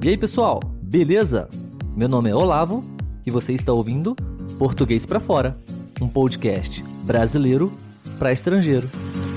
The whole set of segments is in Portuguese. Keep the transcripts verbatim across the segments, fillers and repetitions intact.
E aí, pessoal, beleza? Meu nome é Olavo e você está ouvindo Português pra Fora, um podcast brasileiro para estrangeiro.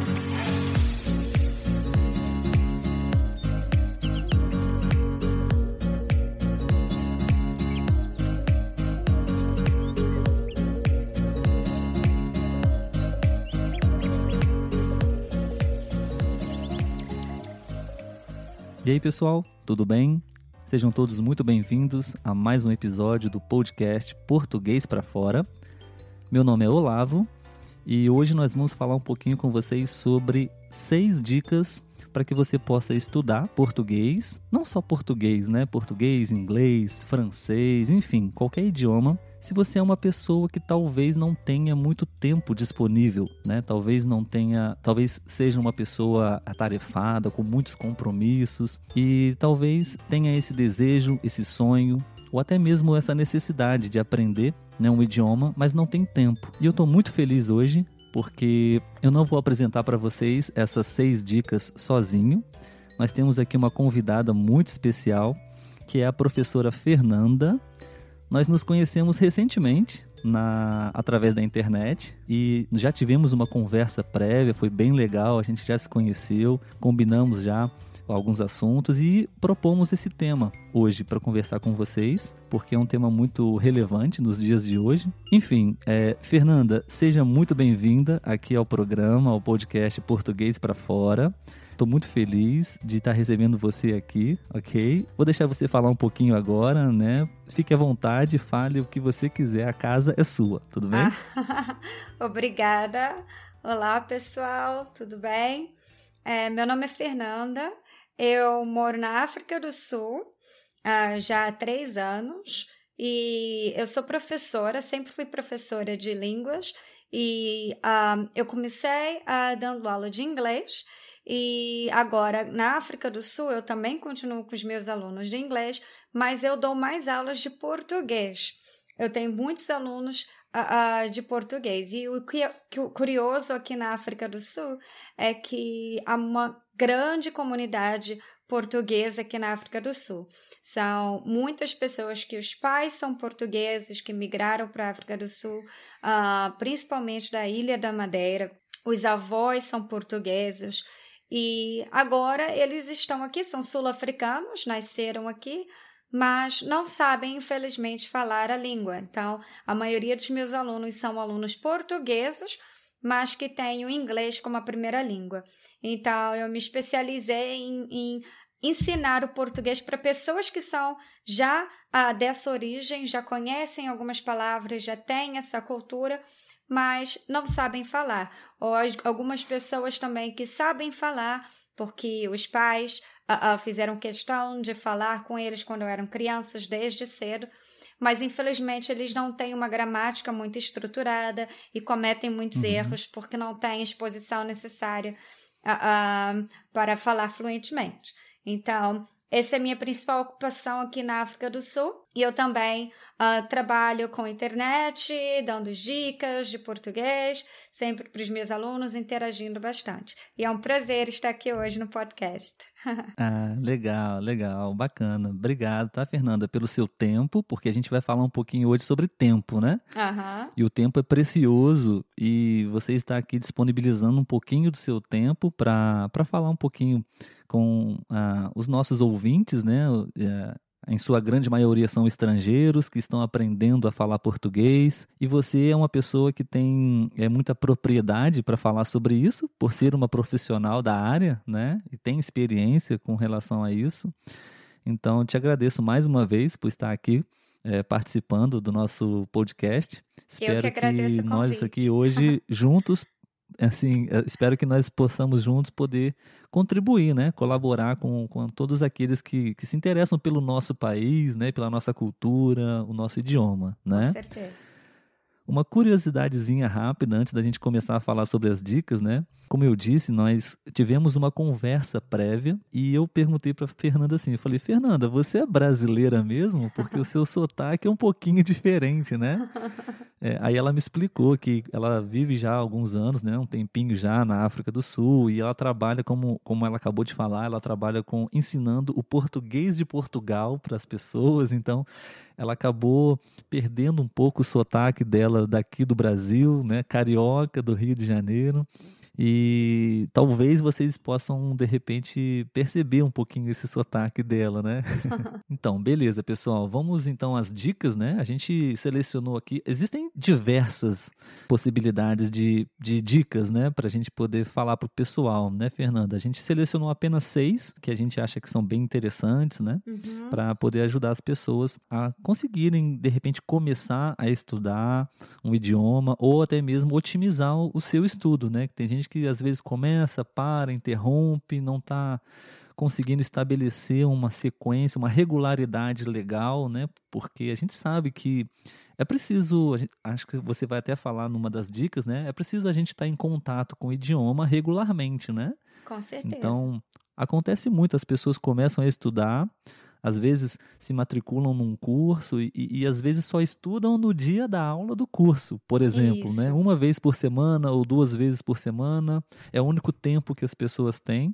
E aí, pessoal, tudo bem? Sejam todos muito bem-vindos a mais um episódio do podcast Português pra Fora. Meu nome é Olavo e hoje nós vamos falar um pouquinho com vocês sobre seis dicas para que você possa estudar português, não só português, né? Português, inglês, francês, enfim, qualquer idioma. Se você é uma pessoa que talvez não tenha muito tempo disponível, né? Talvez não tenha, talvez seja uma pessoa atarefada, com muitos compromissos e talvez tenha esse desejo, esse sonho ou até mesmo essa necessidade de aprender, né, um idioma, mas não tem tempo. E eu estou muito feliz hoje porque eu não vou apresentar para vocês essas seis dicas sozinho. Nós temos aqui uma convidada muito especial, que é a professora Fernanda. Nós nos conhecemos recentemente na, através da internet e já tivemos uma conversa prévia, foi bem legal, a gente já se conheceu, combinamos já alguns assuntos e propomos esse tema hoje para conversar com vocês, porque é um tema muito relevante nos dias de hoje. Enfim, é, Fernanda, seja muito bem-vinda aqui ao programa, ao podcast Português pra Fora. Estou muito feliz de estar recebendo você aqui, ok? Vou deixar você falar um pouquinho agora, né? Fique à vontade, fale o que você quiser, a casa é sua, tudo bem? Ah, obrigada. Olá, pessoal, tudo bem? É, meu nome é Fernanda, eu moro na África do Sul ah, já há três anos e eu sou professora, sempre fui professora de línguas e ah, eu comecei ah, dando aula de inglês. E agora, na África do Sul, eu também continuo com os meus alunos de inglês, mas eu dou mais aulas de português. Eu tenho muitos alunos uh, uh, de português. E o que é curioso aqui na África do Sul é que há uma grande comunidade portuguesa aqui na África do Sul. São muitas pessoas que os pais são portugueses, que migraram para a África do Sul, uh, principalmente da Ilha da Madeira. Os avós são portugueses. E agora eles estão aqui, são sul-africanos, nasceram aqui, mas não sabem, infelizmente, falar a língua. Então, a maioria dos meus alunos são alunos portugueses, mas que têm o inglês como a primeira língua. Então, eu me especializei em, em ensinar o português para pessoas que são já ah, dessa origem, já conhecem algumas palavras, já têm essa cultura, mas não sabem falar. Ou algumas pessoas também que sabem falar, porque os pais uh, uh, fizeram questão de falar com eles quando eram crianças, desde cedo, mas infelizmente eles não têm uma gramática muito estruturada e cometem muitos uhum. erros porque não têm exposição necessária uh, uh, para falar fluentemente. Então, essa é a minha principal ocupação aqui na África do Sul. E eu também uh, trabalho com internet, dando dicas de português, sempre para os meus alunos, interagindo bastante. E é um prazer estar aqui hoje no podcast. Ah, legal, legal, bacana. Obrigado, tá, Fernanda, pelo seu tempo, porque a gente vai falar um pouquinho hoje sobre tempo, né? Uhum. E o tempo é precioso e você está aqui disponibilizando um pouquinho do seu tempo para para falar um pouquinho com uh, os nossos ouvintes, né? Uh, em sua grande maioria são estrangeiros que estão aprendendo a falar português e você é uma pessoa que tem é, muita propriedade para falar sobre isso, por ser uma profissional da área, né? E tem experiência com relação a isso. Então, te agradeço mais uma vez por estar aqui é, participando do nosso podcast. Espero Eu que agradeço que o nós convite. aqui hoje juntos assim, espero que nós possamos juntos poder contribuir, né? Colaborar com, com todos aqueles que, que se interessam pelo nosso país, né? Pela nossa cultura, o nosso idioma, né? Com certeza. Uma curiosidadezinha rápida antes da gente começar a falar sobre as dicas, né? Como eu disse, nós tivemos uma conversa prévia e eu perguntei para Fernanda assim, eu falei, Fernanda, você é brasileira mesmo? Porque o seu sotaque é um pouquinho diferente, né? É, aí ela me explicou que ela vive já há alguns anos, né, um tempinho já na África do Sul, e ela trabalha, como, como ela acabou de falar, ela trabalha com ensinando o português de Portugal para as pessoas, então ela acabou perdendo um pouco o sotaque dela daqui do Brasil, né, carioca do Rio de Janeiro. E talvez vocês possam, de repente, perceber um pouquinho esse sotaque dela, né? Então, beleza, pessoal. Vamos então às dicas, né? A gente selecionou aqui. Existem diversas possibilidades de, de dicas, né? Para a gente poder falar para o pessoal, né, Fernanda? A gente selecionou apenas seis, que a gente acha que são bem interessantes, né? Uhum. Para poder ajudar as pessoas a conseguirem, de repente, começar a estudar um idioma ou até mesmo otimizar o, o seu estudo, né? Tem gente que às vezes começa, para, interrompe, não está conseguindo estabelecer uma sequência, uma regularidade legal, né? Porque a gente sabe que é preciso, a gente, acho que você vai até falar numa das dicas, né? É preciso a gente estar em contato com o idioma regularmente, né? Com certeza. Então, acontece muito, as pessoas começam a estudar, às vezes se matriculam num curso e, e, e às vezes só estudam no dia da aula do curso, por exemplo, né? Isso. Uma vez por semana ou duas vezes por semana, é o único tempo que as pessoas têm.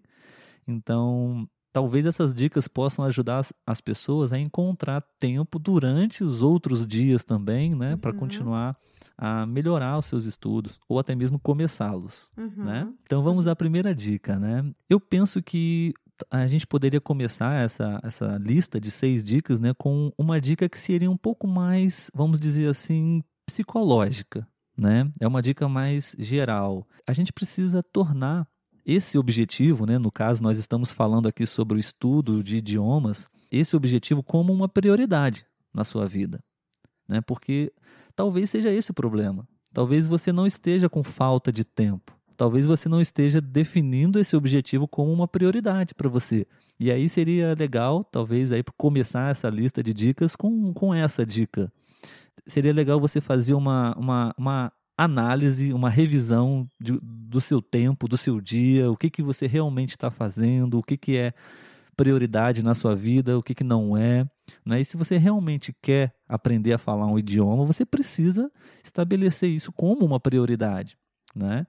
Então, talvez essas dicas possam ajudar as, as pessoas a encontrar tempo durante os outros dias também, né? Para Uhum. continuar a melhorar os seus estudos ou até mesmo começá-los, Uhum. né? Então, vamos à primeira dica, né? Eu penso que a gente poderia começar essa, essa lista de seis dicas, né, com uma dica que seria um pouco mais, vamos dizer assim, psicológica, né? É uma dica mais geral. A gente precisa tornar esse objetivo, né, no caso nós estamos falando aqui sobre o estudo de idiomas, esse objetivo como uma prioridade na sua vida, né? Porque talvez seja esse o problema. Talvez você não esteja com falta de tempo. Talvez você não esteja definindo esse objetivo como uma prioridade para você. E aí seria legal, talvez, aí começar essa lista de dicas com, com essa dica. Seria legal você fazer uma, uma, uma análise, uma revisão de, do seu tempo, do seu dia, o que, que você realmente está fazendo, o que, que é prioridade na sua vida, o que, que não é. Né? E se você realmente quer aprender a falar um idioma, você precisa estabelecer isso como uma prioridade, né?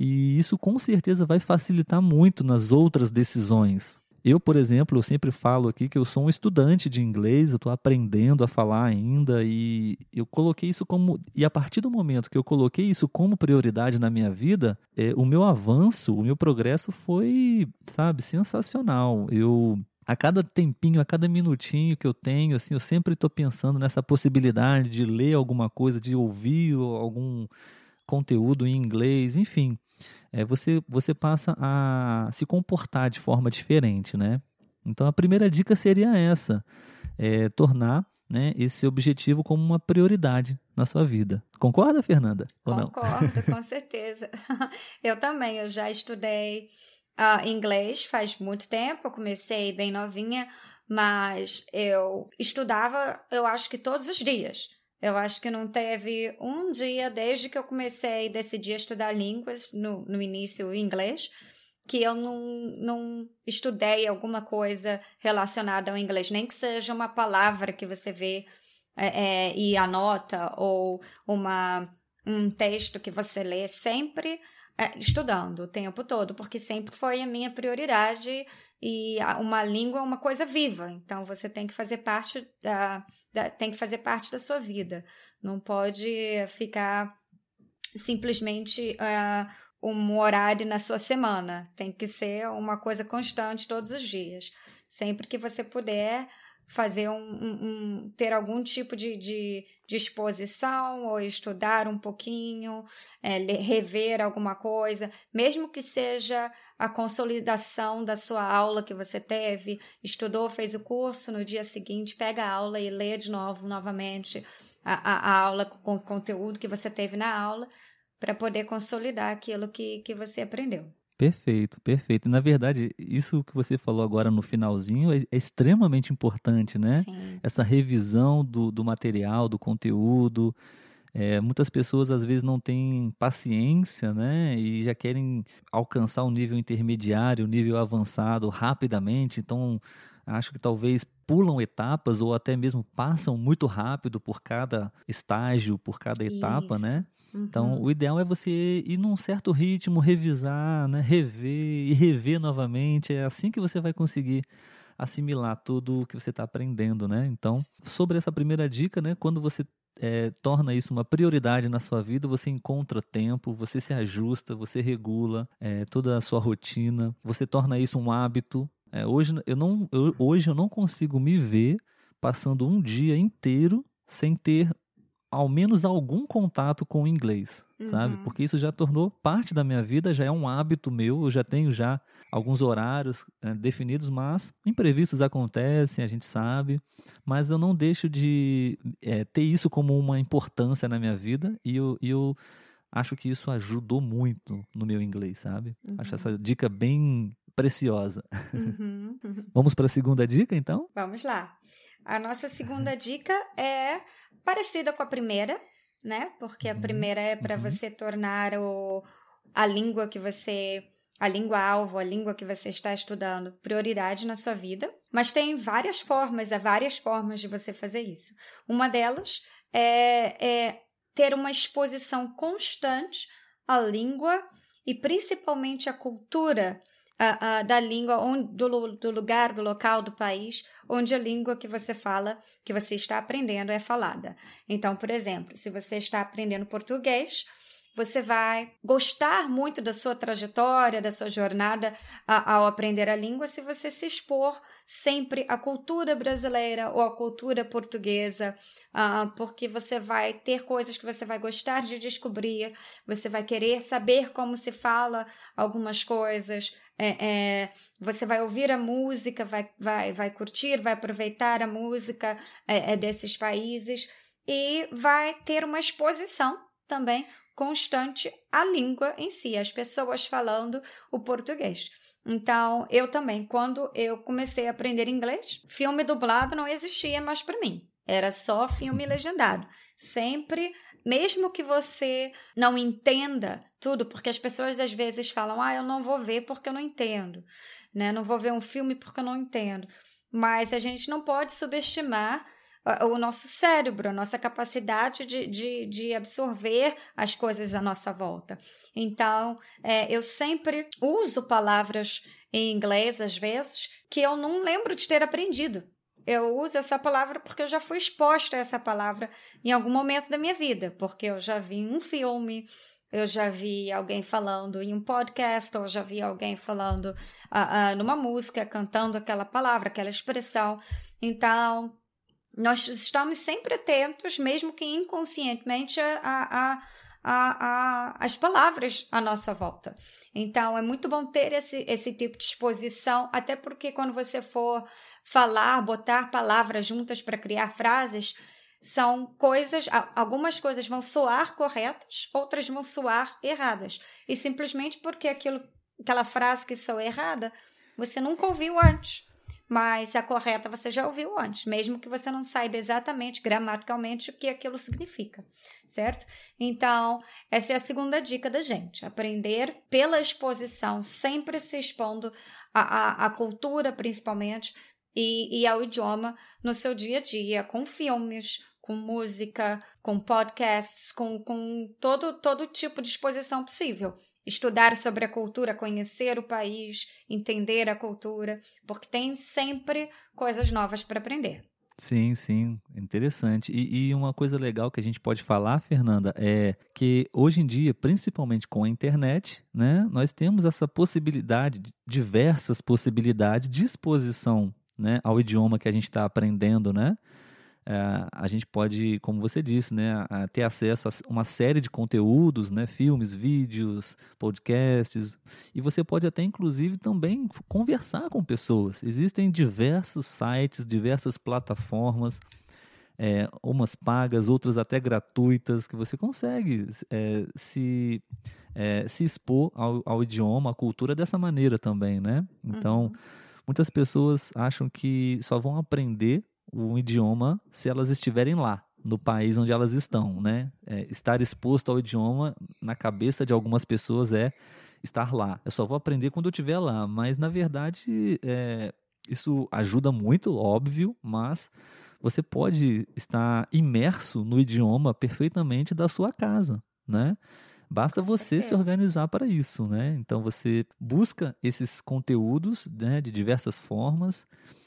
E isso com certeza vai facilitar muito nas outras decisões. Eu, por exemplo, eu sempre falo aqui que eu sou um estudante de inglês, eu estou aprendendo a falar ainda e eu coloquei isso como... E a partir do momento que eu coloquei isso como prioridade na minha vida, é, o meu avanço, o meu progresso foi, sabe, sensacional. Eu... A cada tempinho, a cada minutinho que eu tenho, assim, eu sempre estou pensando nessa possibilidade de ler alguma coisa, de ouvir algum conteúdo em inglês, enfim. É, você, você passa a se comportar de forma diferente, né? Então, a primeira dica seria essa, é, tornar, né, esse objetivo como uma prioridade na sua vida. Concorda, Fernanda? Ou não? Concordo, com certeza. Eu também, eu já estudei uh, inglês faz muito tempo, eu comecei bem novinha, mas eu estudava, eu acho que todos os dias. Eu acho que não teve um dia, desde que eu comecei e decidi estudar línguas, no, no início inglês, que eu não, não estudei alguma coisa relacionada ao inglês, nem que seja uma palavra que você vê é, é, e anota, ou uma, um texto que você lê, sempre é, estudando o tempo todo, porque sempre foi a minha prioridade. E uma língua é uma coisa viva, então você tem que fazer parte da, da, tem que fazer parte da sua vida. Não pode ficar simplesmente uh, um horário na sua semana. Tem que ser uma coisa constante todos os dias. Sempre que você puder fazer um, um, um ter algum tipo de, de, de exposição ou estudar um pouquinho, é, rever alguma coisa, mesmo que seja a consolidação da sua aula que você teve, estudou, fez o curso, no dia seguinte pega a aula e lê de novo, novamente, a, a, a aula com o conteúdo que você teve na aula, para poder consolidar aquilo que, que você aprendeu. Perfeito, perfeito. Na verdade, isso que você falou agora no finalzinho é, é extremamente importante, né? Sim. Essa revisão do, do material, do conteúdo. É, muitas pessoas às vezes não têm paciência, né? E já querem alcançar um nível intermediário, um nível avançado rapidamente. Então, acho que talvez pulam etapas ou até mesmo passam muito rápido por cada estágio, por cada etapa, Isso. né? Então, Uhum. o ideal é você ir num certo ritmo, revisar, né? Rever e rever novamente. É assim que você vai conseguir assimilar tudo o que você está aprendendo, né? Então, sobre essa primeira dica, né? Quando você é, torna isso uma prioridade na sua vida, você encontra tempo, você se ajusta, você regula é, toda a sua rotina, você torna isso um hábito. É, hoje, eu não, eu, hoje eu não consigo me ver passando um dia inteiro sem ter ao menos algum contato com o inglês, sabe? Uhum. Porque isso já tornou parte da minha vida, já é um hábito meu, eu já tenho já alguns horários é, definidos, mas imprevistos acontecem, a gente sabe, mas eu não deixo de é, ter isso como uma importância na minha vida e eu, e eu acho que isso ajudou muito no meu inglês, sabe? Acho Uhum. essa dica bem preciosa. Uhum. Vamos para a segunda dica, então? Vamos lá. A nossa segunda dica é parecida com a primeira, né? Porque a Uhum, primeira é para uhum. você tornar o, a língua que você, a língua-alvo, a língua que você está estudando, prioridade na sua vida. Mas tem várias formas, há várias formas de você fazer isso. Uma delas é, é ter uma exposição constante à língua e principalmente à cultura a, a, da língua, onde, do, do lugar, do local, do país, onde a língua que você fala, que você está aprendendo é falada. Então, por exemplo, se você está aprendendo português, você vai gostar muito da sua trajetória, da sua jornada a, ao aprender a língua, se você se expor sempre à cultura brasileira ou à cultura portuguesa, uh, porque você vai ter coisas que você vai gostar de descobrir, você vai querer saber como se fala algumas coisas, é, é, você vai ouvir a música, vai, vai, vai curtir, vai aproveitar a música é, é desses países e vai ter uma exposição também constante à língua em si, as pessoas falando o português. Então, eu também, quando eu comecei a aprender inglês, filme dublado não existia mais para mim. Era só filme legendado. Sempre, mesmo que você não entenda tudo, porque as pessoas às vezes falam, ah, eu não vou ver porque eu não entendo, né? Não vou ver um filme porque eu não entendo. Mas a gente não pode subestimar o nosso cérebro, a nossa capacidade de, de, de absorver as coisas à nossa volta. Então, é, eu sempre uso palavras em inglês, às vezes, que eu não lembro de ter aprendido. Eu uso essa palavra porque eu já fui exposta a essa palavra em algum momento da minha vida, porque eu já vi em um filme, eu já vi alguém falando em um podcast, ou já vi alguém falando uh, uh, numa música, cantando aquela palavra, aquela expressão. Então, nós estamos sempre atentos, mesmo que inconscientemente, a, a, a, a, as palavras à nossa volta. Então, é muito bom ter esse, esse tipo de exposição, até porque quando você for falar, botar palavras juntas para criar frases, são coisas, algumas coisas vão soar corretas, outras vão soar erradas. E simplesmente porque aquilo, aquela frase que soa errada, você nunca ouviu antes. Mas a correta você já ouviu antes, mesmo que você não saiba exatamente, gramaticalmente, o que aquilo significa, certo? Então, essa é a segunda dica da gente, aprender pela exposição, sempre se expondo à, à, à cultura, principalmente, e, e ao idioma no seu dia a dia, com filmes, com música, com podcasts, com, com todo, todo tipo de exposição possível. Estudar sobre a cultura, conhecer o país, entender a cultura, porque tem sempre coisas novas para aprender. Sim, sim, interessante. E, e uma coisa legal que a gente pode falar, Fernanda, é que hoje em dia, principalmente com a internet, né, nós temos essa possibilidade, diversas possibilidades de exposição, né, ao idioma que a gente está aprendendo, né? É, a gente pode, como você disse, né, a, ter acesso a uma série de conteúdos, né, filmes, vídeos, podcasts, e você pode até, inclusive, também conversar com pessoas. Existem diversos sites, diversas plataformas, é, umas pagas, outras até gratuitas, que você consegue é, se, é, se expor ao, ao idioma, à cultura dessa maneira também, né? Então, Uhum. muitas pessoas acham que só vão aprender um idioma se elas estiverem lá, no país onde elas estão, né? É, estar exposto ao idioma, na cabeça de algumas pessoas, é estar lá. Eu só vou aprender quando eu estiver lá, mas na verdade é, isso ajuda muito, óbvio, mas você pode estar imerso no idioma perfeitamente da sua casa, né? Basta Com você se certeza. organizar para isso, né? Então você busca esses conteúdos, né, de diversas formas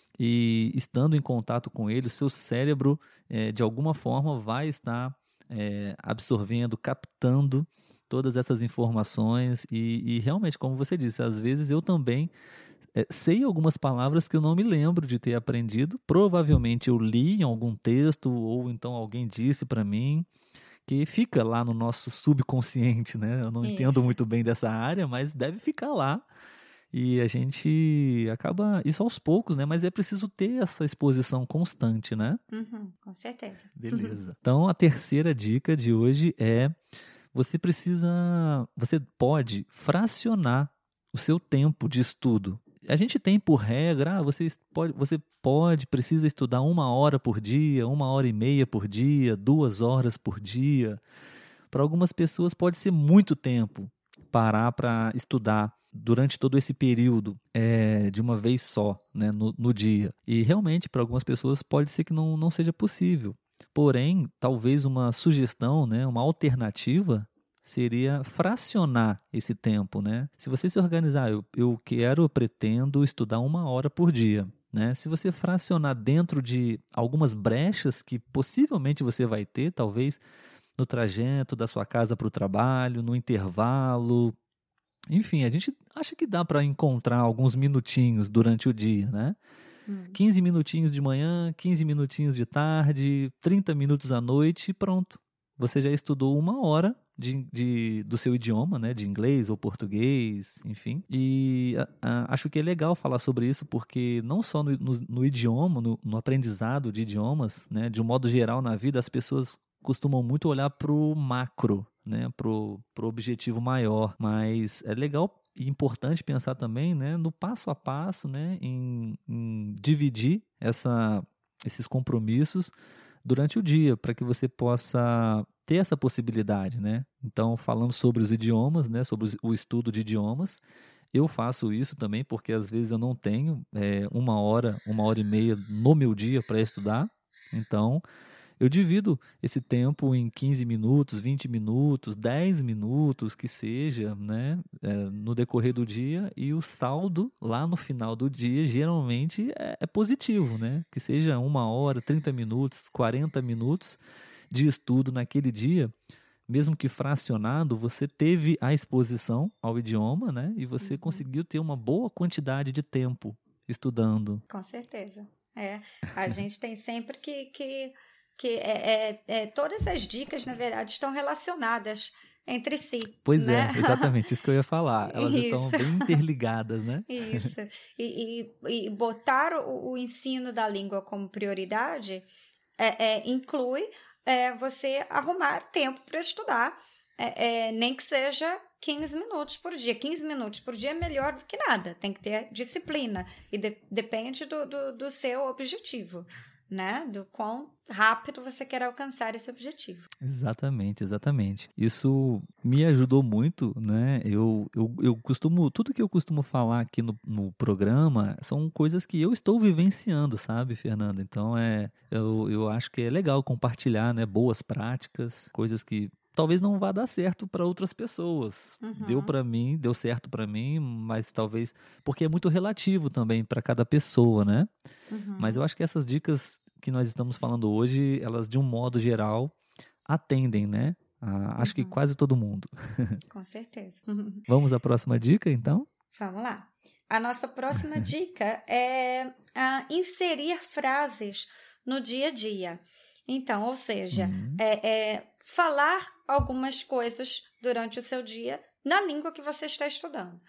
e estando em contato com ele, o seu cérebro, eh, de alguma forma, vai estar eh, absorvendo, captando todas essas informações e, e realmente, como você disse, às vezes eu também eh, sei algumas palavras que eu não me lembro de ter aprendido. Provavelmente eu li em algum texto ou então alguém disse para mim que fica lá no nosso subconsciente, né? Eu não entendo Isso. muito bem dessa área, mas deve ficar lá. E a gente acaba isso aos poucos, né? Mas é preciso ter essa exposição constante, né? Uhum, com certeza. Beleza. Então, a terceira dica de hoje é: você precisa, você pode fracionar o seu tempo de estudo. A gente tem por regra, ah, você pode, você pode, precisa estudar uma hora por dia, uma hora e meia por dia, duas horas por dia. Para algumas pessoas pode ser muito tempo parar para estudar durante todo esse período é, de uma vez só, né, no, no dia. E realmente, para algumas pessoas, pode ser que não, não seja possível. Porém, talvez uma sugestão, né, uma alternativa seria fracionar esse tempo, né? Se você se organizar, eu, eu quero, eu pretendo estudar uma hora por dia, né? Se você fracionar dentro de algumas brechas que possivelmente você vai ter, talvez no trajeto da sua casa para o trabalho, no intervalo, enfim, a gente acha que dá para encontrar alguns minutinhos durante o dia, né? Hum. quinze minutinhos de manhã, quinze minutinhos de tarde, trinta minutos à noite e pronto. Você já estudou uma hora de, de, do seu idioma, né? De inglês ou português, enfim. E a, a, acho que é legal falar sobre isso porque não só no, no, no idioma, no, no aprendizado de idiomas, né? De um modo geral na vida, as pessoas costumam muito olhar para o macro, né? Para o objetivo maior. Mas é legal e importante pensar também, né, no passo a passo, né, em, em dividir essa, esses compromissos durante o dia, para que você possa ter essa possibilidade, né? Então, falando sobre os idiomas, né, sobre o estudo de idiomas, eu faço isso também porque às vezes eu não tenho é, uma hora, uma hora e meia no meu dia para estudar. Então, eu divido esse tempo em quinze minutos, vinte minutos, dez minutos, que seja, né, é, no decorrer do dia, e o saldo lá no final do dia geralmente é, é positivo, né? Que seja uma hora, trinta minutos, quarenta minutos de estudo naquele dia, mesmo que fracionado, você teve a exposição ao idioma, né? E você Uhum. conseguiu ter uma boa quantidade de tempo estudando. Com certeza. É, a gente tem sempre que... que... que é, é, é, todas as dicas, na verdade, estão relacionadas entre si. Pois né? é, exatamente isso que eu ia falar. Elas Isso. estão bem interligadas, né? Isso. E, e, e botar o, o ensino da língua como prioridade é, é, inclui é, você arrumar tempo para estudar, é, é, nem que seja quinze minutos por dia. quinze minutos por dia é melhor do que nada. Tem que ter disciplina. E de, depende do, do, do seu objetivo, né? Do quão rápido você quer alcançar esse objetivo. Exatamente, exatamente. Isso me ajudou muito, né? Eu, eu, eu costumo, tudo que eu costumo falar aqui no, no programa são coisas que eu estou vivenciando, sabe, Fernanda? Então, é, eu, eu acho que é legal compartilhar, né, boas práticas, coisas que talvez não vá dar certo para outras pessoas. Uhum. Deu para mim, deu certo para mim, mas talvez porque é muito relativo também para cada pessoa, né? Uhum. Mas eu acho que essas dicas que nós estamos falando hoje, elas de um modo geral atendem, né? Ah, acho uhum. que quase todo mundo. Com certeza. Vamos à próxima dica, então? Vamos lá. A nossa próxima dica é uh, inserir frases no dia a dia. Então, ou seja, Uhum. é, é falar algumas coisas durante o seu dia na língua que você está estudando.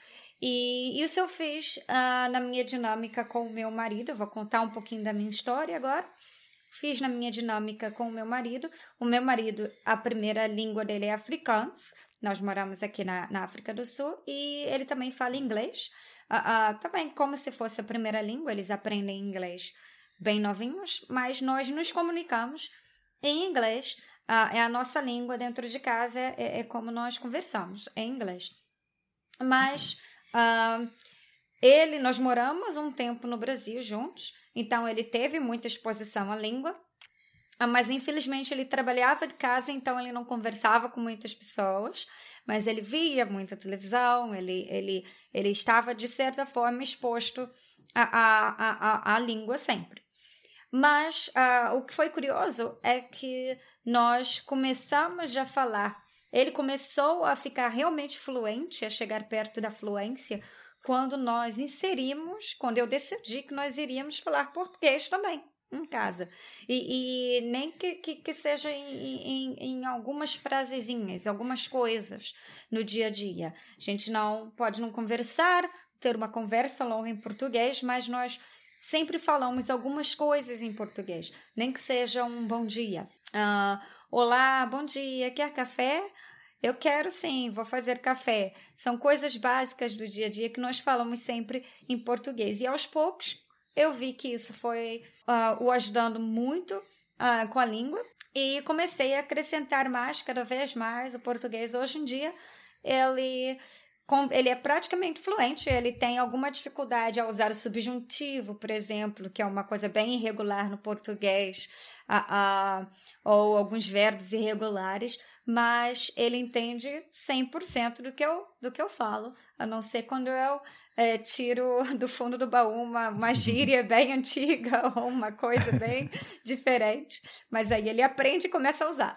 E isso eu fiz uh, na minha dinâmica com o meu marido. Eu vou contar um pouquinho da minha história agora. Fiz na minha dinâmica com o meu marido. O meu marido, a primeira língua dele é afrikaans. Nós moramos aqui na, na África do Sul e ele também fala inglês. Uh, uh, também como se fosse a primeira língua, eles aprendem inglês bem novinhos, mas nós nos comunicamos em inglês. Uh, é a nossa língua dentro de casa, é, é como nós conversamos, em inglês. Mas uh, ele, nós moramos um tempo no Brasil juntos, então ele teve muita exposição à língua, mas infelizmente ele trabalhava de casa, então ele não conversava com muitas pessoas, mas ele via muita televisão, ele, ele, ele estava de certa forma exposto à, à, à, à língua sempre. Mas uh, o que foi curioso é que nós começamos a falar, ele começou a ficar realmente fluente, a chegar perto da fluência, quando nós inserimos, quando eu decidi que nós iríamos falar português também em casa. E, e nem que, que, que seja em, em, em algumas frasezinhas, algumas coisas no dia a dia. A gente não pode não conversar, ter uma conversa longa em português, mas nós sempre falamos algumas coisas em português, nem que seja um bom dia. Uh, Olá, bom dia, quer café? Eu quero sim, vou fazer café. São coisas básicas do dia a dia que nós falamos sempre em português. E aos poucos eu vi que isso foi uh, o ajudando muito uh, com a língua e comecei a acrescentar mais, cada vez mais, o português. Hoje em dia ele... Ele é praticamente fluente, ele tem alguma dificuldade a usar o subjuntivo, por exemplo, que é uma coisa bem irregular no português, a, a, ou alguns verbos irregulares, mas ele entende cem por cento do que eu, do que eu falo, a não ser quando eu é, tiro do fundo do baú uma, uma gíria bem antiga ou uma coisa bem diferente, mas aí ele aprende e começa a usar.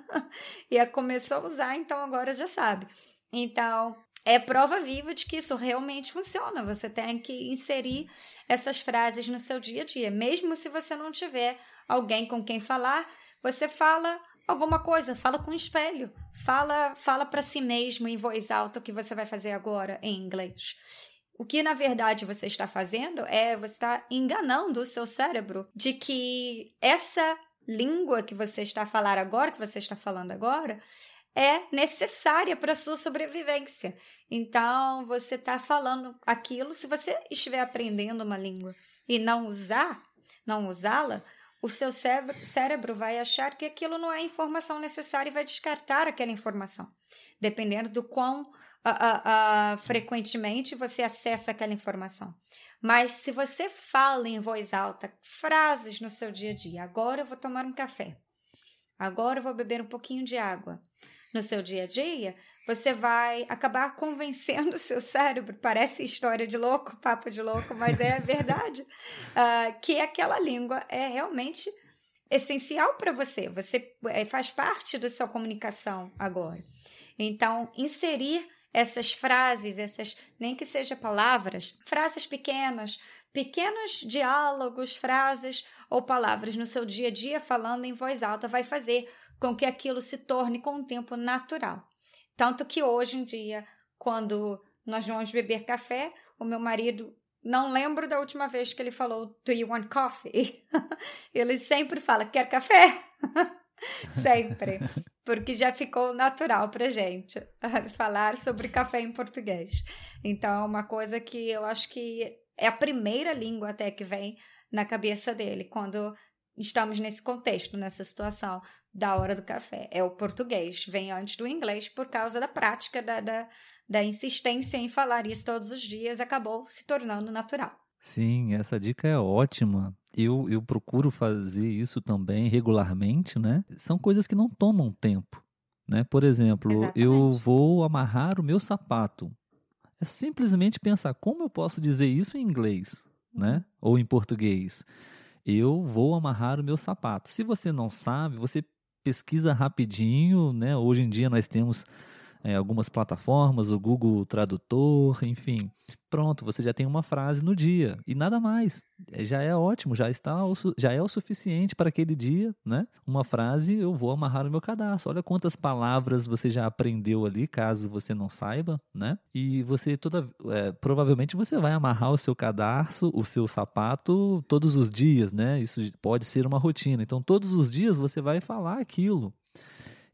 E começou a usar, então agora já sabe. Então... é prova viva de que isso realmente funciona. Você tem que inserir essas frases no seu dia a dia. Mesmo se você não tiver alguém com quem falar, você fala alguma coisa, fala com o espelho. Fala, fala para si mesmo em voz alta o que você vai fazer agora em inglês. O que, na verdade, você está fazendo é você está enganando o seu cérebro de que essa língua que você está a falar agora, que você está falando agora, é necessária para a sua sobrevivência. Então, você está falando aquilo, se você estiver aprendendo uma língua e não usar, não usá-la, o seu cérebro, cérebro vai achar que aquilo não é informação necessária e vai descartar aquela informação, dependendo do quão uh, uh, uh, frequentemente você acessa aquela informação. Mas se você fala em voz alta, frases no seu dia a dia, agora eu vou tomar um café, agora eu vou beber um pouquinho de água, no seu dia a dia, você vai acabar convencendo o seu cérebro, parece história de louco, papo de louco, mas é verdade, uh, que aquela língua é realmente essencial para você, você é, faz parte da sua comunicação agora. Então, inserir essas frases, essas, nem que seja palavras, frases pequenas, pequenos diálogos, frases ou palavras no seu dia a dia, falando em voz alta, vai fazer com que aquilo se torne com o tempo natural. Tanto que hoje em dia, quando nós vamos beber café, o meu marido, não lembro da última vez que ele falou, do you want coffee? Ele sempre fala, quer café? Sempre, porque já ficou natural pra gente falar sobre café em português. Então, é uma coisa que eu acho que é a primeira língua até que vem na cabeça dele, quando estamos nesse contexto, nessa situação da hora do café. É o português, vem antes do inglês por causa da prática, da, da, da insistência em falar isso todos os dias, acabou se tornando natural. Sim, essa dica é ótima. Eu, eu procuro fazer isso também regularmente, né? São coisas que não tomam tempo, né? Por exemplo, Exatamente. Eu vou amarrar o meu sapato. É simplesmente pensar como eu posso dizer isso em inglês, né? Ou em português. Eu vou amarrar o meu sapato. Se você não sabe, você pesquisa rapidinho, né? Hoje em dia nós temos é, algumas plataformas, o Google Tradutor, enfim. Pronto, você já tem uma frase no dia e nada mais. Já é ótimo, já está, já é o suficiente para aquele dia, né? Uma frase, eu vou amarrar o meu cadarço. Olha quantas palavras você já aprendeu ali, caso você não saiba, né? E você toda, é, provavelmente você vai amarrar o seu cadarço, o seu sapato todos os dias, né? Isso pode ser uma rotina. Então, todos os dias você vai falar aquilo.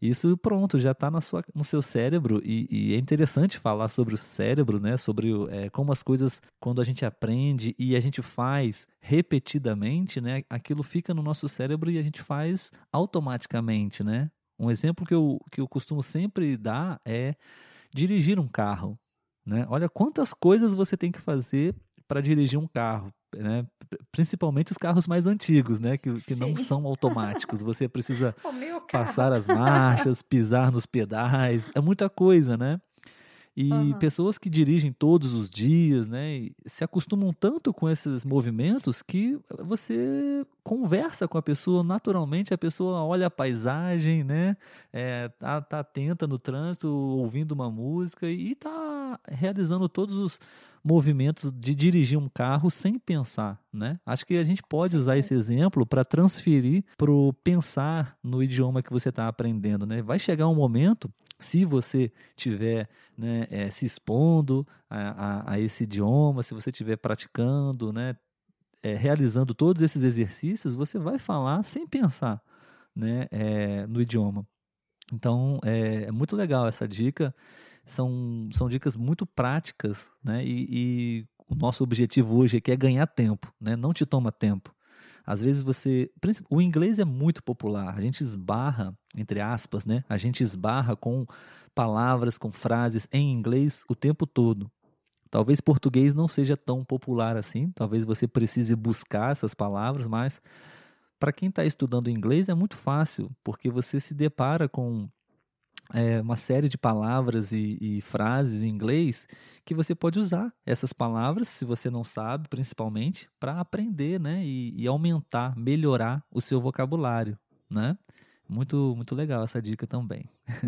Isso, pronto, já está no seu cérebro e, e é interessante falar sobre o cérebro, né? Sobre o, é, como as coisas, quando a gente aprende e a gente faz repetidamente, né? Aquilo fica no nosso cérebro e a gente faz automaticamente, né? Um exemplo que eu, que eu costumo sempre dar é dirigir um carro, né? Olha quantas coisas você tem que fazer para dirigir um carro, né? Principalmente os carros mais antigos, né? Que, que não são automáticos. Você precisa passar as marchas, pisar nos pedais, é muita coisa, né? E uhum. pessoas que dirigem todos os dias, né, se acostumam tanto com esses movimentos que você conversa com a pessoa naturalmente, a pessoa olha a paisagem, né, é, tá, tá atenta no trânsito, ouvindo uma música e tá realizando todos os movimentos de dirigir um carro sem pensar, né? Acho que a gente pode Sim, usar esse exemplo para transferir para o pensar no idioma que você está aprendendo, né? Vai chegar um momento, se você tiver né, é, se expondo a, a, a esse idioma, se você estiver praticando, né, é, realizando todos esses exercícios, você vai falar sem pensar, né, é, no idioma. Então, é, é muito legal essa dica. São, são dicas muito práticas, né, e, e o nosso objetivo hoje aqui é ganhar tempo, né, não te toma tempo. Às vezes você... O inglês é muito popular, a gente esbarra, entre aspas, né? A gente esbarra com palavras, com frases em inglês o tempo todo. Talvez português não seja tão popular assim, talvez você precise buscar essas palavras, mas para quem está estudando inglês é muito fácil, porque você se depara com é, uma série de palavras e, e frases em inglês que você pode usar essas palavras, se você não sabe, principalmente, para aprender, né? E, e aumentar, melhorar o seu vocabulário, né? Muito, muito legal essa dica também.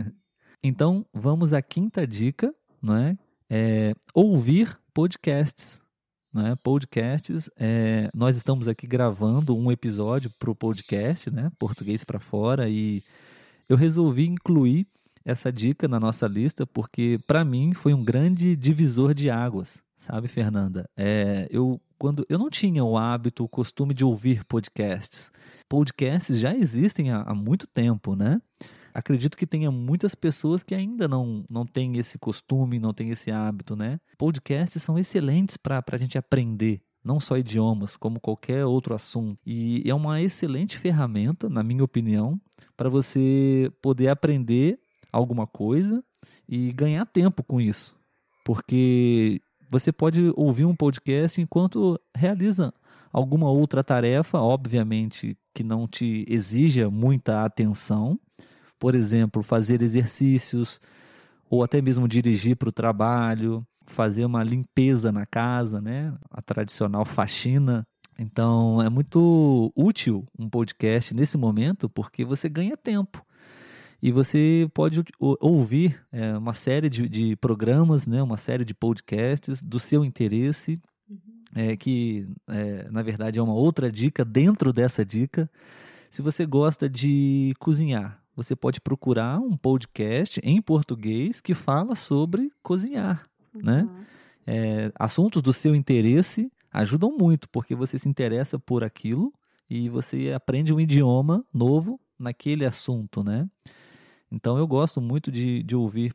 Então, vamos à quinta dica, não é? É ouvir podcasts. Né? Podcasts, é, nós estamos aqui gravando um episódio para o podcast, né? Português para Fora, e eu resolvi incluir essa dica na nossa lista porque, para mim, foi um grande divisor de águas, sabe, Fernanda? É, eu, quando, eu não tinha o hábito, o costume de ouvir podcasts. Podcasts já existem há, há muito tempo, né? Acredito que tenha muitas pessoas que ainda não, não têm esse costume, não têm esse hábito, né? Podcasts são excelentes para a gente aprender, não só idiomas, como qualquer outro assunto. E é uma excelente ferramenta, na minha opinião, para você poder aprender alguma coisa e ganhar tempo com isso. Porque você pode ouvir um podcast enquanto realiza alguma outra tarefa, obviamente que não te exija muita atenção. Por exemplo, fazer exercícios, ou até mesmo dirigir para o trabalho, fazer uma limpeza na casa, né? A tradicional faxina. Então, é muito útil um podcast nesse momento, porque você ganha tempo. E você pode ouvir é, uma série de, de programas, né? Uma série de podcasts do seu interesse, uhum. é, que, é, na verdade, é uma outra dica dentro dessa dica. Se você gosta de cozinhar, você pode procurar um podcast em português que fala sobre cozinhar, uhum. né? É, assuntos do seu interesse ajudam muito, porque você se interessa por aquilo e você aprende um idioma novo naquele assunto, né? Então, eu gosto muito de, de ouvir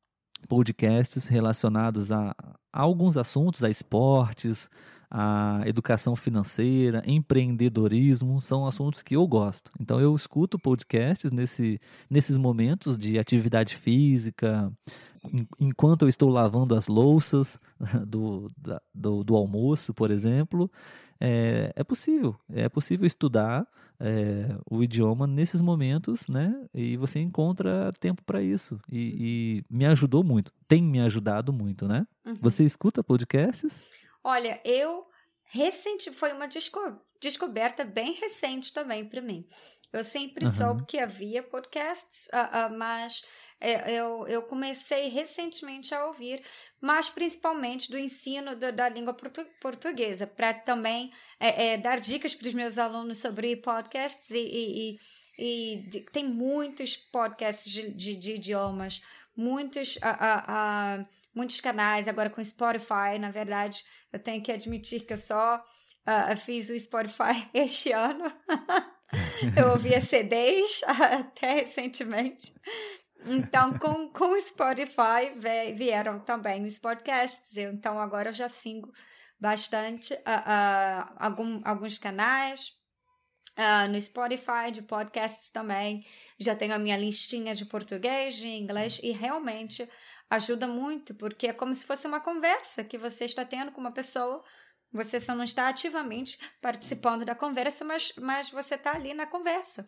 podcasts relacionados a, a alguns assuntos, a esportes, a educação financeira, empreendedorismo, são assuntos que eu gosto. Então, eu escuto podcasts nesse, nesses momentos de atividade física, enquanto eu estou lavando as louças do, da, do, do almoço, por exemplo. É, é possível, é possível estudar é, o idioma nesses momentos, né? E você encontra tempo para isso. E, e me ajudou muito, tem me ajudado muito, né? Uhum. Você escuta podcasts? Olha, eu recente foi uma desco- descoberta bem recente também para mim. Eu sempre uhum. soube que havia podcasts, uh, uh, mas é, eu, eu comecei recentemente a ouvir, mas principalmente do ensino do, da língua portu- portuguesa, para também é, é, dar dicas para os meus alunos sobre podcasts e, e, e, e de, tem muitos podcasts de, de, de idiomas, muitos, uh, uh, uh, muitos canais, agora com Spotify, na verdade, eu tenho que admitir que eu só uh, fiz o Spotify este ano, Eu ouvia C Ds até recentemente. Então, com, com o Spotify vieram também os podcasts. Eu, então, agora eu já sigo bastante uh, uh, algum, alguns canais uh, no Spotify de podcasts também. Já tenho a minha listinha de português, de inglês, e realmente ajuda muito, porque é como se fosse uma conversa que você está tendo com uma pessoa. Você só não está ativamente participando da conversa, mas, mas você está ali na conversa.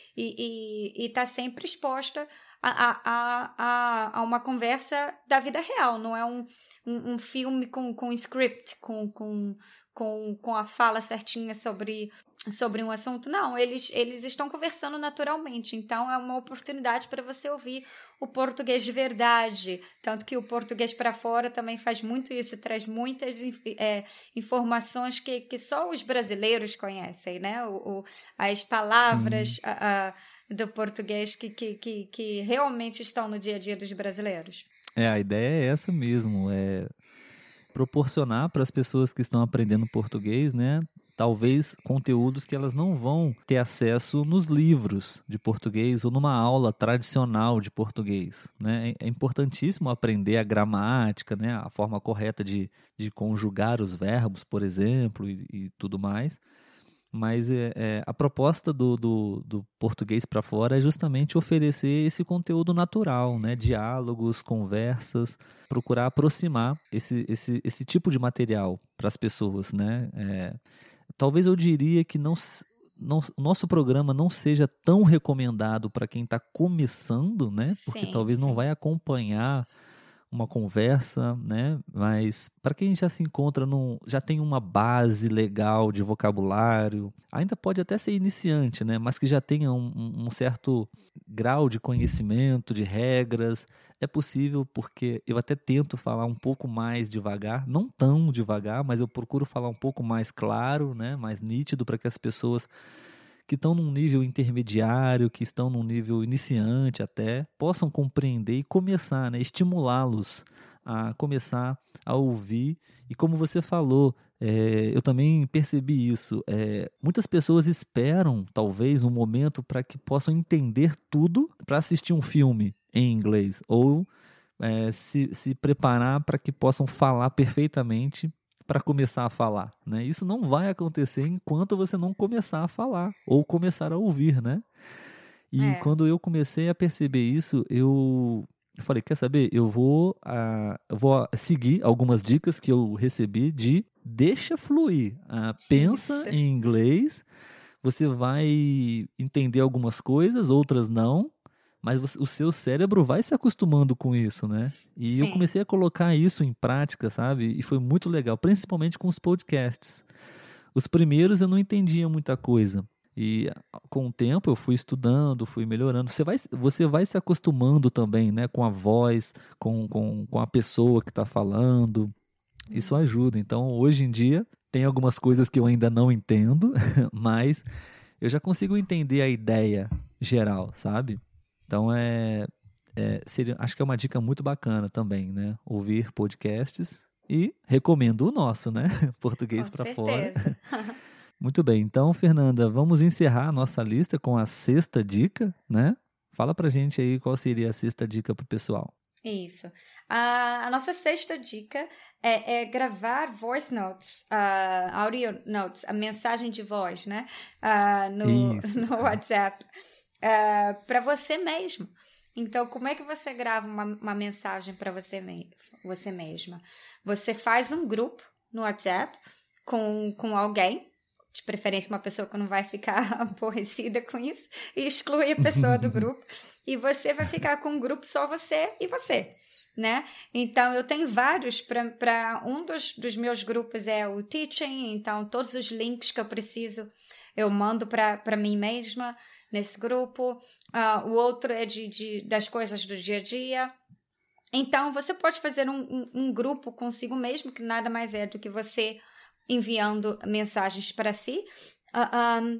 E está sempre exposta a, a, a, a uma conversa da vida real. Não é um, um, um filme com, com script, com, com, com, com a fala certinha sobre, sobre um assunto. Não, eles, eles estão conversando naturalmente. Então, é uma oportunidade para você ouvir o português de verdade. Tanto que o Português para Fora também faz muito isso, traz muitas é, informações que, que só os brasileiros conhecem, né? O, o, as palavras a, a, do português que, que, que, que realmente estão no dia a dia dos brasileiros. É, a ideia é essa mesmo, é proporcionar para as pessoas que estão aprendendo português, né, talvez conteúdos que elas não vão ter acesso nos livros de português ou numa aula tradicional de português, né? É importantíssimo aprender a gramática, né, a forma correta de, de conjugar os verbos, por exemplo, e, e tudo mais. Mas é, é, a proposta do, do, do Português para Fora é justamente oferecer esse conteúdo natural, né? Diálogos, conversas, procurar aproximar esse, esse, esse tipo de material para as pessoas, né? É, talvez eu diria que não, não, o nosso programa não seja tão recomendado para quem está começando, né? Porque Sim, talvez sim. não vai acompanhar uma conversa, né? Mas para quem já se encontra num, já tem uma base legal de vocabulário, ainda pode até ser iniciante, né? Mas que já tenha um, um certo grau de conhecimento, de regras, é possível, porque eu até tento falar um pouco mais devagar, não tão devagar, mas eu procuro falar um pouco mais claro, né? Mais nítido, para que as pessoas que estão num nível intermediário, que estão num nível iniciante até, possam compreender e começar, né, estimulá-los a começar a ouvir. E como você falou, é, eu também percebi isso, é, muitas pessoas esperam, talvez, um momento para que possam entender tudo para assistir um filme em inglês, ou é, se, se preparar para que possam falar perfeitamente para começar a falar, né? Isso não vai acontecer enquanto você não começar a falar ou começar a ouvir, né? E É. quando eu comecei a perceber isso, eu, eu falei, quer saber? Eu vou, uh, eu vou seguir algumas dicas que eu recebi de deixa fluir. Uh, pensa Isso. em inglês, você vai entender algumas coisas, outras não, mas você, o seu cérebro vai se acostumando com isso, né? E eu Sim. comecei a colocar isso em prática, sabe? E foi muito legal, principalmente com os podcasts. Os primeiros eu não entendia muita coisa. E com o tempo eu fui estudando, fui melhorando. Você vai, você vai se acostumando também, né? Com a voz, com, com, com a pessoa que está falando. Isso ajuda. Então, hoje em dia, tem algumas coisas que eu ainda não entendo, mas eu já consigo entender a ideia geral, sabe? Então, é, é, seria, acho que é uma dica muito bacana também, né? Ouvir podcasts e recomendo o nosso, né? Português para Fora. Muito bem. Então, Fernanda, vamos encerrar a nossa lista com a sexta dica, né? Fala pra gente aí qual seria a sexta dica pro pessoal. Isso. A, a nossa sexta dica é, é gravar voice notes, uh, audio notes, a mensagem de voz, né? Uh, no, no WhatsApp, uh, para você mesmo. Então, como é que você grava uma, uma mensagem para você, me, você mesma? Você faz um grupo no WhatsApp com, com alguém, de preferência uma pessoa que não vai ficar aborrecida com isso, e exclui a pessoa do grupo, e você vai ficar com um grupo só você e você, né? Então, eu tenho vários, para um dos, dos meus grupos é o Teaching, então todos os links que eu preciso, eu mando para mim mesma nesse grupo. Uh, o outro é de, de, das coisas do dia a dia. Então, você pode fazer um, um, um grupo consigo mesmo, que nada mais é do que você enviando mensagens para si, uh, um,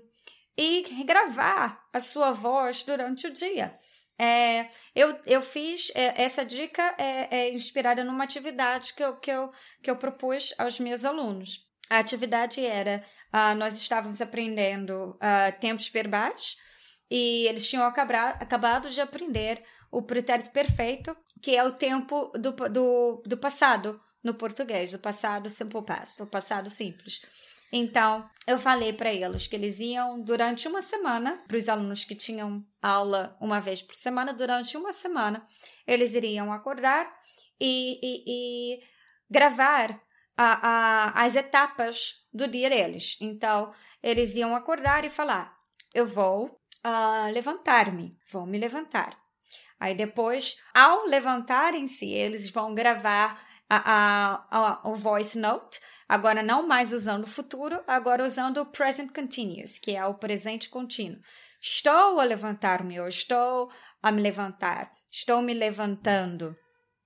e gravar a sua voz durante o dia. É, eu, eu fiz, é, essa dica é, é inspirada numa atividade que eu, que, eu, que eu propus aos meus alunos. A atividade era, uh, nós estávamos aprendendo uh, tempos verbais e eles tinham acabado, acabado de aprender o pretérito perfeito, que é o tempo do, do, do passado no português, do passado simple past, do passado simples. Então, eu falei para eles que eles iam durante uma semana, para os alunos que tinham aula uma vez por semana, durante uma semana, eles iriam acordar e, e, e gravar a, a, as etapas do dia deles. Então, eles iam acordar e falar, eu vou uh, levantar-me, vou me levantar. Aí depois, ao levantarem-se, eles vão gravar a, a, a, o voice note, agora não mais usando o futuro, agora usando o present continuous, que é o presente contínuo. Estou a levantar-me, ou estou a me levantar, estou me levantando,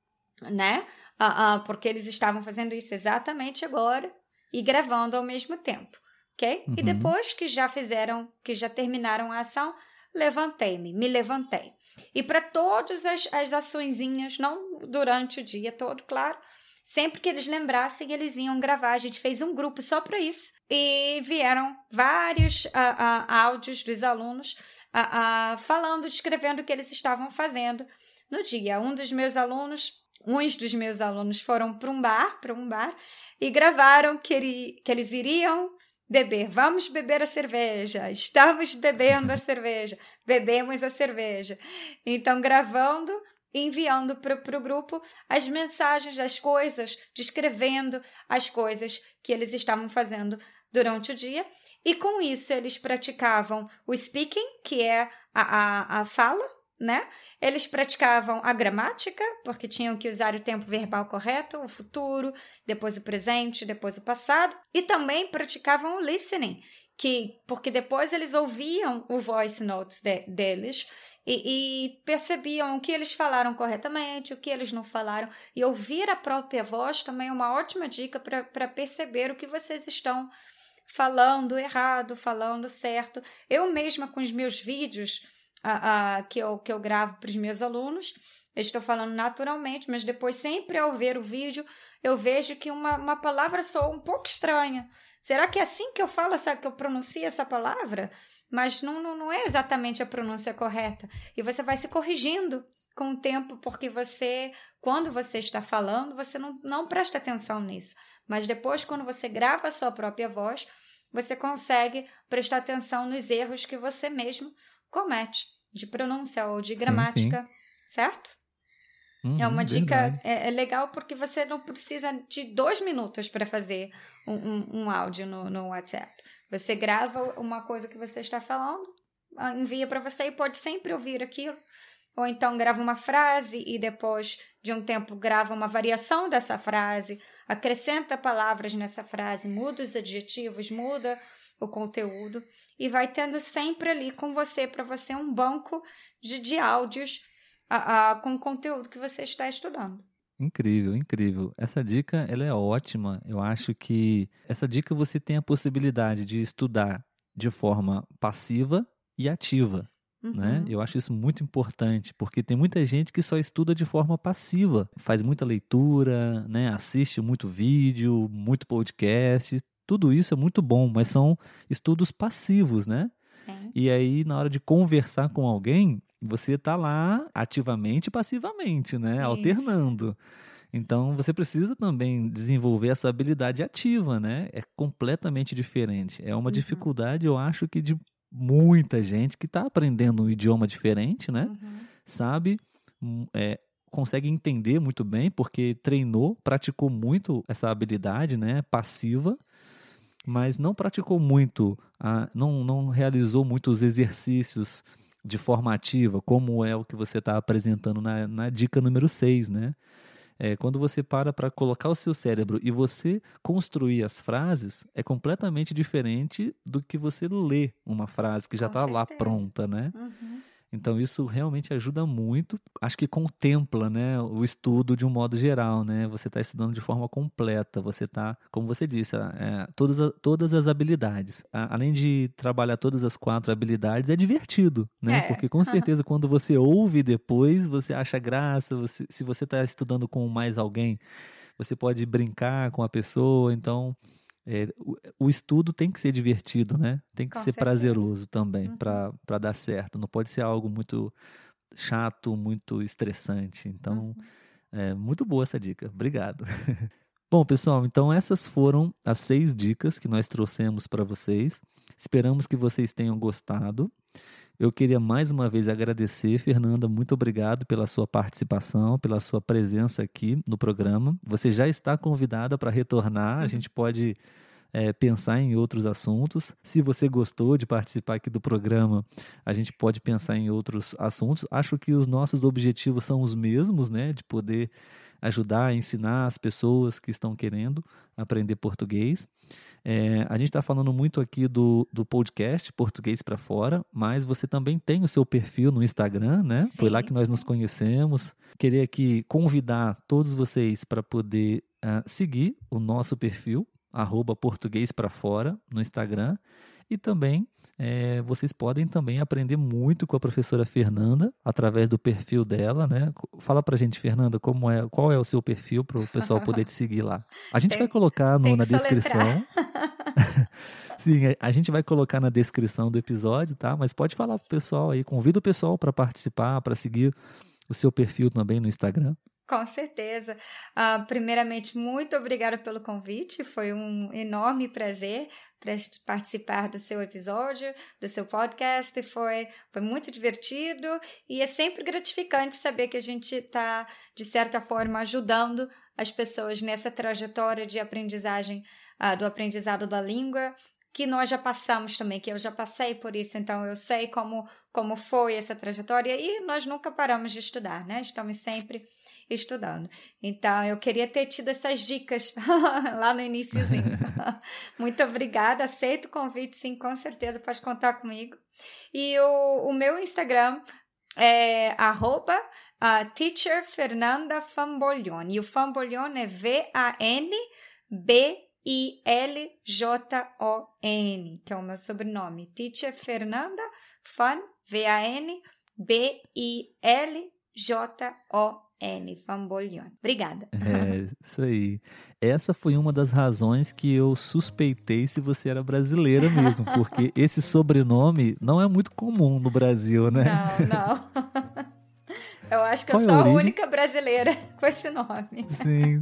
né? Uh, uh, porque eles estavam fazendo isso exatamente agora e gravando ao mesmo tempo, ok? Uhum. E depois que já fizeram, que já terminaram a ação, levantei-me, me levantei. E para todas as, as açõezinhas, não durante o dia todo, claro, sempre que eles lembrassem, eles iam gravar. A gente fez um grupo só para isso e vieram vários uh, uh, áudios dos alunos uh, uh, falando, descrevendo o que eles estavam fazendo no dia. Um dos meus alunos, uns dos meus alunos foram para um bar, para um bar e gravaram que, ele, que eles iriam beber. Vamos beber a cerveja. Estamos bebendo a cerveja. Bebemos a cerveja. Então, gravando, enviando para o grupo as mensagens das coisas, descrevendo as coisas que eles estavam fazendo durante o dia. E com isso, eles praticavam o speaking, que é a, a, a fala, né? Eles praticavam a gramática, porque tinham que usar o tempo verbal correto, o futuro, depois o presente, depois o passado. E também praticavam o listening, que, porque depois eles ouviam o voice notes de, deles e, e percebiam o que eles falaram corretamente, o que eles não falaram. E ouvir a própria voz também é uma ótima dica para perceber o que vocês estão falando errado, falando certo. Eu mesma, com os meus vídeos uh, uh, que, eu, que eu gravo para os meus alunos, eu estou falando naturalmente, mas depois, sempre ao ver o vídeo, eu vejo que uma, uma palavra soa um pouco estranha. Será que é assim que eu falo, sabe, que eu pronuncio essa palavra? Mas não, não, não é exatamente a pronúncia correta. E você vai se corrigindo com o tempo, porque você, quando você está falando, você não, não presta atenção nisso. Mas depois, quando você grava a sua própria voz, você consegue prestar atenção nos erros que você mesmo comete, de pronúncia ou de gramática, sim, sim. Certo? Uhum, é uma dica é, é é legal, porque você não precisa de dois minutos para fazer um, um, um áudio no, no WhatsApp. Você grava uma coisa que você está falando, envia para você e pode sempre ouvir aquilo. Ou então grava uma frase e depois de um tempo grava uma variação dessa frase, acrescenta palavras nessa frase, muda os adjetivos, muda o conteúdo e vai tendo sempre ali com você, para você, um banco de, de áudios a, a, com o conteúdo que você está estudando. Incrível, incrível. Essa dica, ela é ótima. Eu acho que essa dica você tem a possibilidade de estudar de forma passiva e ativa. Uhum. Né? Eu acho isso muito importante, porque tem muita gente que só estuda de forma passiva, faz muita leitura, né? Assiste muito vídeo, muito podcast, tudo isso é muito bom, mas são estudos passivos, né? Sim. E aí, na hora de conversar com alguém, você está lá ativamente e passivamente, né? Isso. Alternando. Então, você precisa também desenvolver essa habilidade ativa, né? É completamente diferente. É uma uhum. dificuldade, eu acho que de muita gente que está aprendendo um idioma diferente, né? Uhum. Sabe, é, consegue entender muito bem, porque treinou, praticou muito essa habilidade, né? Passiva, mas não praticou muito, ah, não, não realizou muitos exercícios de forma ativa, como é o que você está apresentando na, na dica número seis, né? É, quando você para para colocar o seu cérebro e você construir as frases, é completamente diferente do que você ler uma frase que já está lá pronta, né? Uhum. Então, isso realmente ajuda muito. Acho que contempla, né, o estudo de um modo geral, né? Você está estudando de forma completa. Você está, como você disse, é, todas, a, todas as habilidades. A, além de trabalhar todas as quatro habilidades, é divertido, né? É. Porque, com certeza, quando você ouve depois, você acha graça. Você, se você está estudando com mais alguém, você pode brincar com a pessoa. Então, é, o, o estudo tem que ser divertido, né? Tem que Com ser certeza. prazeroso também Uhum. para dar certo. Não pode ser algo muito chato, muito estressante. Então, Uhum. é muito boa essa dica. Obrigado. Bom, pessoal, então essas foram as seis dicas que nós trouxemos para vocês. Esperamos que vocês tenham gostado. Eu queria mais uma vez agradecer, Fernanda, muito obrigado pela sua participação, pela sua presença aqui no programa. Você já está convidada para retornar, a gente pode é, pensar em outros assuntos. Se você gostou de participar aqui do programa, a gente pode pensar em outros assuntos. Acho que os nossos objetivos são os mesmos, né? De poder ajudar a ensinar as pessoas que estão querendo aprender português. É, a gente está falando muito aqui do, do podcast Português para Fora, mas você também tem o seu perfil no Instagram, né? Sim, Foi lá que nós sim. nos conhecemos. Queria aqui convidar todos vocês para poder uh, seguir o nosso perfil, arroba Português para Fora, no Instagram. E também é, vocês podem também aprender muito com a professora Fernanda através do perfil dela, né? Fala pra gente, Fernanda, como é, qual é o seu perfil para o pessoal poder te seguir lá. A gente Tem- vai colocar no, Tem na que soletrar. descrição. Sim, a gente vai colocar na descrição do episódio, tá? Mas pode falar pro pessoal aí, convida o pessoal para participar, para seguir o seu perfil também no Instagram. Com certeza. Ah, primeiramente, muito obrigada pelo convite. Foi um enorme prazer pres- participar do seu episódio, do seu podcast. Foi, foi muito divertido e é sempre gratificante saber que a gente está, de certa forma, ajudando as pessoas nessa trajetória de aprendizagem, ah, do aprendizado da língua, que nós já passamos também, que eu já passei por isso, então eu sei como, como foi essa trajetória e nós nunca paramos de estudar, né? Estamos sempre estudando. Então, eu queria ter tido essas dicas lá no iniciozinho. Muito obrigada, aceito o convite, sim, com certeza, pode contar comigo. E o, o meu Instagram é arroba uh, teacher Fernanda Fambolhon, e o Fambolhon é V A N B I L J O N, que é o meu sobrenome. Teacher Fernanda Fan, V A N B I L J O N, Fambolhon. Obrigada. É, isso aí. Essa foi uma das razões que eu suspeitei se você era brasileira mesmo, porque esse sobrenome não é muito comum no Brasil, né? Não, não. Eu acho que Qual eu é a sou a origem? única brasileira com esse nome. Sim.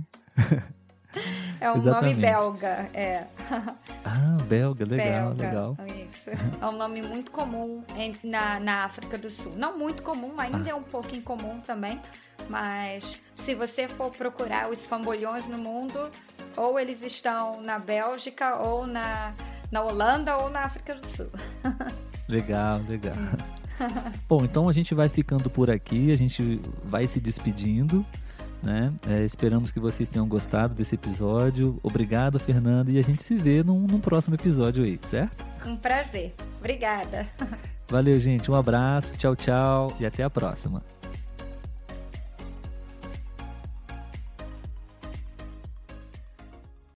É um Exatamente. nome belga, é. Ah, belga, legal, belga, legal. Isso. É um nome muito comum em- na, na África do Sul. Não muito comum, ainda Ah. é um pouco incomum também, mas se você for procurar os fambolhões no mundo, ou eles estão na Bélgica, ou na, na Holanda, ou na África do Sul. Legal, legal. Bom, então a gente vai ficando por aqui, a gente vai se despedindo, né? É, esperamos que vocês tenham gostado desse episódio. Obrigado, Fernanda, e a gente se vê num, num próximo episódio aí, certo? Um prazer. Obrigada. Valeu, gente. Um abraço, tchau, tchau e até a próxima.